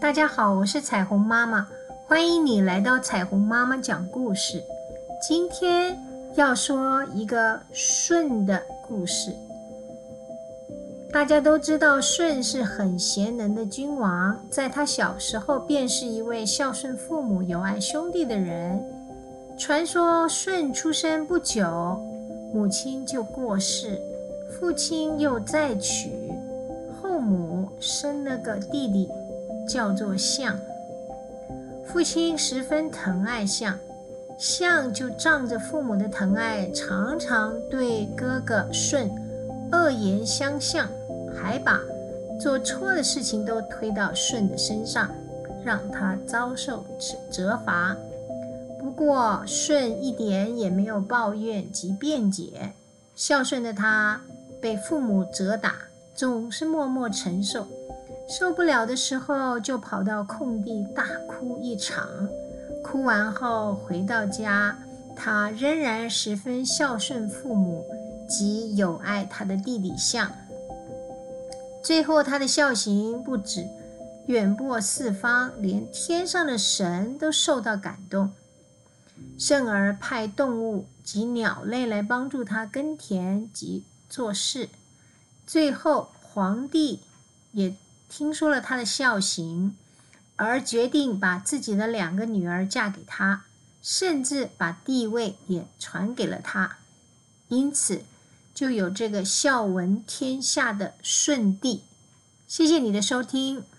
大家好，我是彩虹妈妈，欢迎你来到彩虹妈妈讲故事。今天要说一个舜的故事。大家都知道舜是很贤能的君王，在他小时候便是一位孝顺父母、友爱兄弟的人。传说舜出生不久，母亲就过世，父亲又再娶，后母生了个弟弟，叫做象。父亲十分疼爱象，象就仗着父母的疼爱，常常对哥哥舜恶言相向，还把做错的事情都推到舜的身上，让他遭受责罚。不过舜一点也没有抱怨及辩解，孝顺的他被父母责打，总是默默承受，受不了的时候就跑到空地大哭一场。哭完后回到家，他仍然十分孝顺父母及友爱他的弟弟象。最后他的孝行不止远播四方，连天上的神都受到感动，甚而派动物及鸟类来帮助他耕田及做事。最后皇帝也听说了他的孝行，而决定把自己的2个女儿嫁给他，甚至把地位也传给了他。因此就有这个孝闻天下的舜帝。谢谢你的收听。